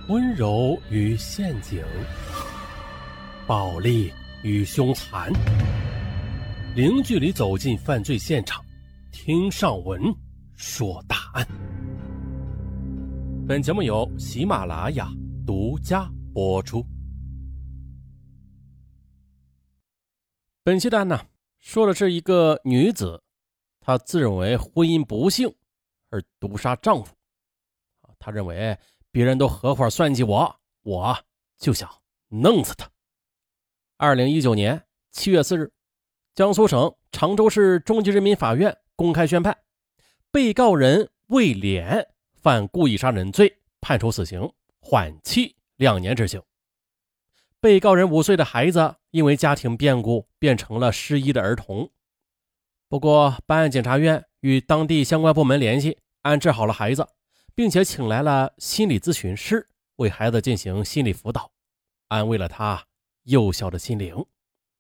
温柔与陷阱，暴力与凶残，零距离走进犯罪现场，听上文说大案。本节目由喜马拉雅独家播出。本期的案呢，说的是一个女子，她自认为婚姻不幸而毒杀丈夫。她认为别人都合伙算计我就想弄死他。2019年7月4日，江苏省常州市中级人民法院公开宣判，被告人魏莲犯故意杀人罪，判处死刑，缓期2年执行。被告人5岁的孩子因为家庭变故变成了失依的儿童。不过办案检察院与当地相关部门联系，安置好了孩子，并且请来了心理咨询师为孩子进行心理辅导，安慰了他幼小的心灵。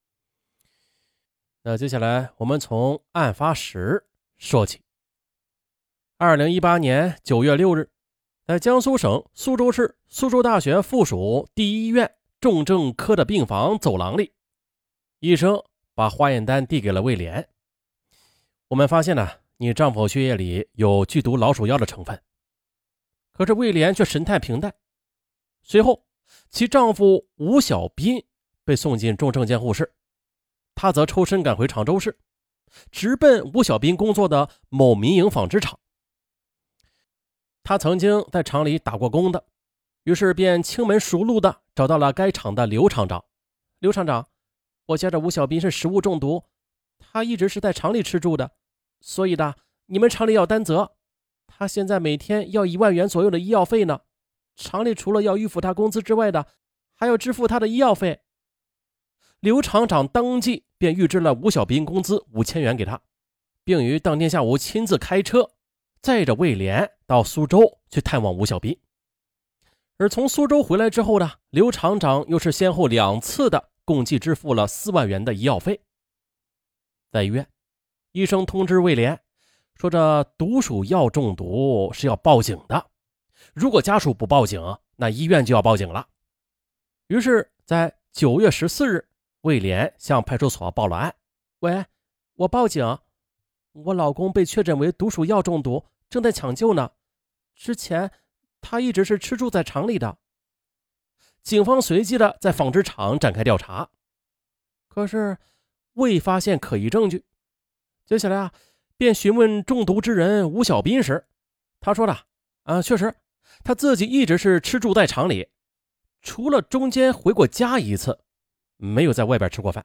那接下来我们从案发时说起。2018年9月6日，在江苏省苏州市苏州大学附属第一医院重症科的病房走廊里，医生把化验单递给了魏莲。我们发现你丈夫血液里有剧毒老鼠药的成分。可是魏莲却神态平淡。随后其丈夫吴小斌被送进重症监护室，他则抽身赶回常州市，直奔吴小斌工作的某民营纺织厂。他曾经在厂里打过工的，于是便轻门熟路的找到了该厂的刘厂长。刘厂长，我家的吴小斌是食物中毒，他一直是在厂里吃住的，所以你们厂里要担责，他现在每天要1万元左右的医药费呢，厂里除了要预付他工资之外的，还要支付他的医药费。刘厂长当即便预支了吴小斌工资5000元给他，并于当天下午亲自开车载着魏莲到苏州去探望吴小斌。而从苏州回来之后刘厂长又是先后2次的共计支付了4万元的医药费。在医院，医生通知魏莲说，这毒鼠药中毒是要报警的，如果家属不报警，那医院就要报警了。于是在9月14日，魏莲向派出所报了案。喂，我报警，我老公被确诊为毒鼠药中毒，正在抢救呢，之前他一直是吃住在厂里的。警方随即的在纺织厂展开调查，可是未发现可疑证据。接下来便询问中毒之人吴小斌时，他说确实他自己一直是吃住在厂里，除了中间回过家1次，没有在外边吃过饭。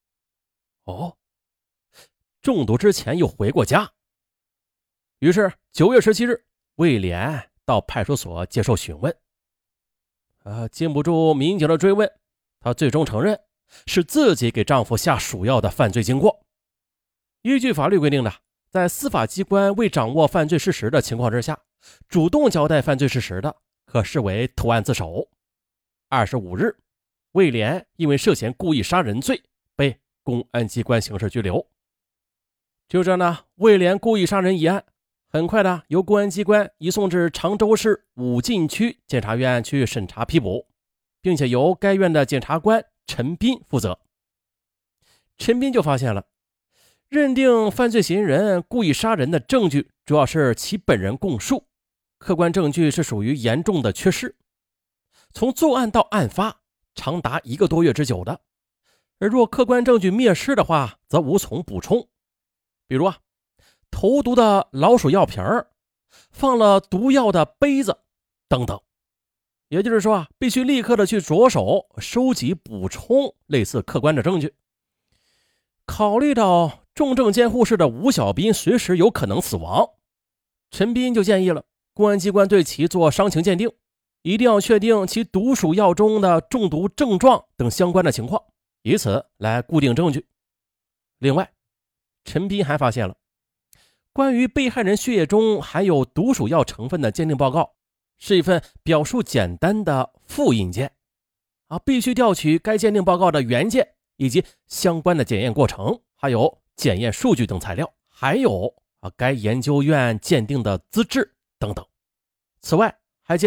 中毒之前又回过家。于是9月17日，魏莲到派出所接受询问。经不住民警的追问，她最终承认是自己给丈夫下鼠药的犯罪经过。依据法律规定在司法机关未掌握犯罪事实的情况之下，主动交代犯罪事实的，可视为投案自首。25日，魏莲因为涉嫌故意杀人罪被公安机关刑事拘留。就这魏莲故意杀人一案很快由公安机关移送至常州市武进区检察院去审查批捕，并且由该院的检察官陈斌负责。陈斌就发现了，认定犯罪嫌疑人故意杀人的证据主要是其本人供述，客观证据是属于严重的缺失，从作案到案发长达1个多月之久的，而若客观证据灭失的话，则无从补充。比如投毒的老鼠药瓶，放了毒药的杯子等等。也就是说必须立刻的去着手收集补充类似客观的证据。考虑到重症监护室的吴小斌随时有可能死亡，陈斌就建议了公安机关对其做伤情鉴定，一定要确定其毒鼠药中的中毒症状等相关的情况，以此来固定证据。另外，陈斌还发现了关于被害人血液中含有毒鼠药成分的鉴定报告，是一份表述简单的复印件必须调取该鉴定报告的原件以及相关的检验过程，还有检验数据等材料，还有该研究院鉴定的资质等等。此外，还建议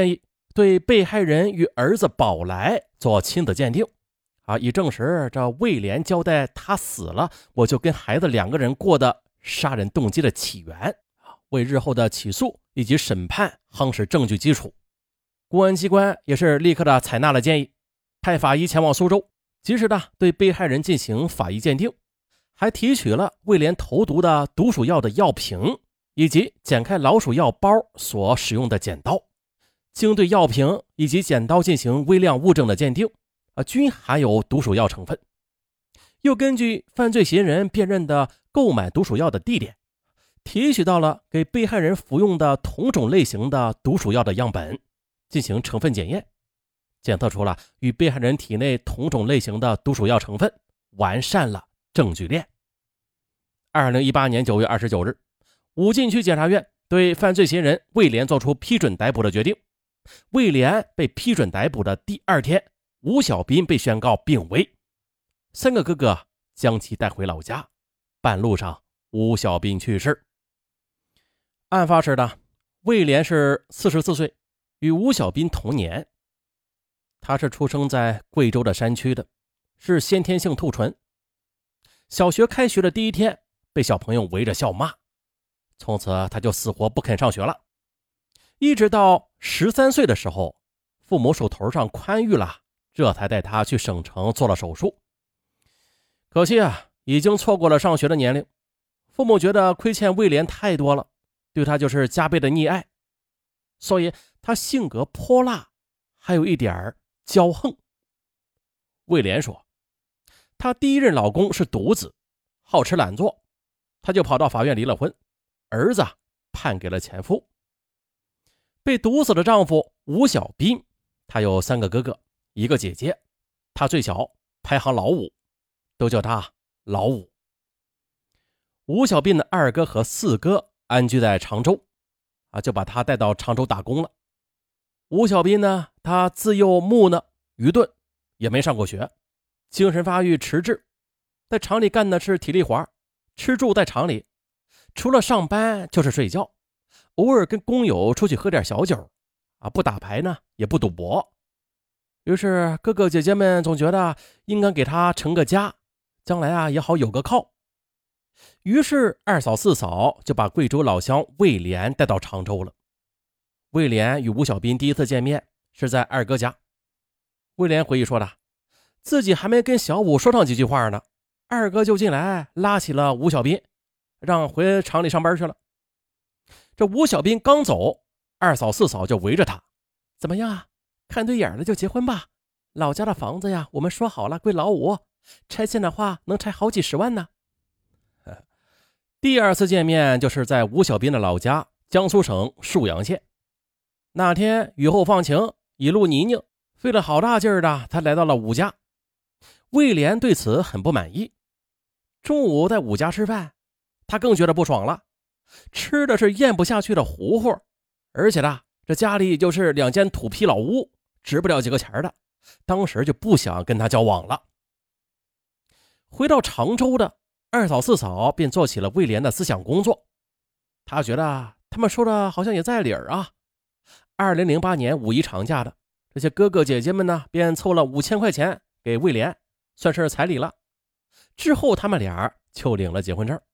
对被害人与儿子宝来做亲子鉴定，以证实这魏莲交代他死了我就跟孩子2个人过的杀人动机的起源，为日后的起诉以及审判夯实证据基础。公安机关也是立刻的采纳了建议，派法医前往苏州，及时的对被害人进行法医鉴定，还提取了魏莲投毒的毒鼠药的药瓶，以及剪开老鼠药包所使用的剪刀。经对药瓶以及剪刀进行微量物证的鉴定，均含有毒鼠药成分。又根据犯罪嫌疑人辨认的购买毒鼠药的地点，提取到了给被害人服用的同种类型的毒鼠药的样本，进行成分检验，检测出了与被害人体内同种类型的毒鼠药成分，完善了证据链。2018年9月29日，武进区检察院对犯罪嫌疑人魏莲作出批准逮捕的决定。魏莲被批准逮捕的第2天，吴小斌被宣告病危，3个哥哥将其带回老家，半路上吴小斌去世。案发时的魏莲是44岁，与吴小斌同年。他是出生在贵州的山区的，是先天性兔唇。小学开学的第1天，被小朋友围着笑骂，从此他就死活不肯上学了。一直到13岁的时候，父母手头上宽裕了，这才带他去省城做了手术。可惜已经错过了上学的年龄，父母觉得亏欠魏莲太多了，对他就是加倍的溺爱，所以他性格泼辣，还有一点骄横。魏莲说，她第1任老公是独子，好吃懒做，她就跑到法院离了婚，儿子判给了前夫。被毒死的丈夫吴小斌，他有3个哥哥1个姐姐，他最小，排行老5，都叫他老五。吴小斌的2哥和4哥安居在常州，就把他带到常州打工了。吴小斌呢，他自幼木讷愚钝，也没上过学，精神发育迟滞，在厂里干的是体力活，吃住在厂里，除了上班就是睡觉，偶尔跟工友出去喝点小酒，不打牌呢，也不赌博。于是哥哥姐姐们总觉得应该给他成个家，将来也好有个靠。于是2嫂4嫂就把贵州老乡魏莲带到常州了。魏莲与吴小斌第一次见面是在2哥家。魏莲回忆说的，自己还没跟小五说上几句话呢，2哥就进来拉起了吴小斌，让回厂里上班去了。这吴小斌刚走，2嫂4嫂就围着他，怎么样看对眼了就结婚吧，老家的房子我们说好了归老五，拆迁的话能拆好几10万呢。第2次见面就是在吴小斌的老家江苏省沭阳县。那天雨后放晴，一路泥泞，费了好大劲儿的才来到了吴家。魏莲对此很不满意，中午在吴家吃饭，他更觉得不爽了，吃的是咽不下去的糊糊，而且这家里就是2间土坯老屋，值不了几个钱的，当时就不想跟他交往了。回到常州的2嫂4嫂便做起了魏莲的思想工作，他觉得他们说的好像也在理儿啊。2008年5一长假的，这些哥哥姐姐们呢，便凑了5000块钱给魏莲，算是彩礼了。之后他们俩就领了结婚证。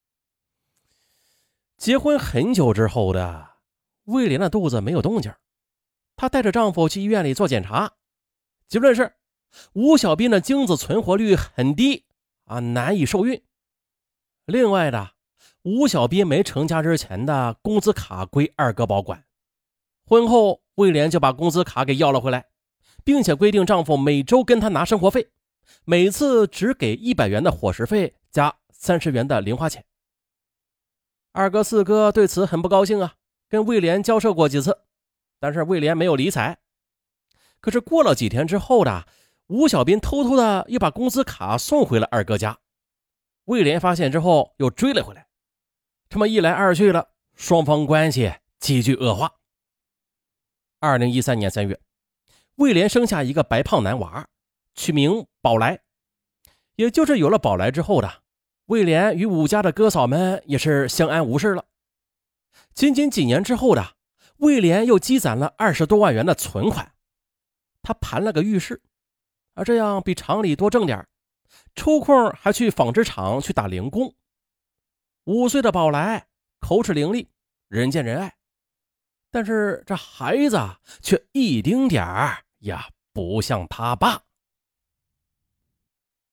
结婚很久之后的魏莲的肚子没有动静，她带着丈夫去医院里做检查，结论是吴小斌的精子存活率很低难以受孕。另外的，吴小斌没成家之前的工资卡归2哥保管，婚后魏莲就把工资卡给要了回来，并且规定丈夫每周跟她拿生活费，每次只给100元的伙食费加30元的零花钱。2哥4哥对此很不高兴跟魏莲交涉过几次，但是魏莲没有理睬。可是过了几天之后的，吴小斌偷偷的又把工资卡送回了2哥家，魏莲发现之后又追了回来，这么一来二去了，双方关系急剧恶化。2013年3月，魏莲生下一个白胖男娃，取名宝来。也就是有了宝来之后的，魏莲与吴家的哥嫂们也是相安无事了。仅仅几年之后的， 魏莲又积攒了20多万元的存款，他盘了个浴室，这样比厂里多挣点，抽空还去纺织厂去打零工。5岁的宝来口齿伶俐，人见人爱，但是这孩子却一丁点儿也不像他爸。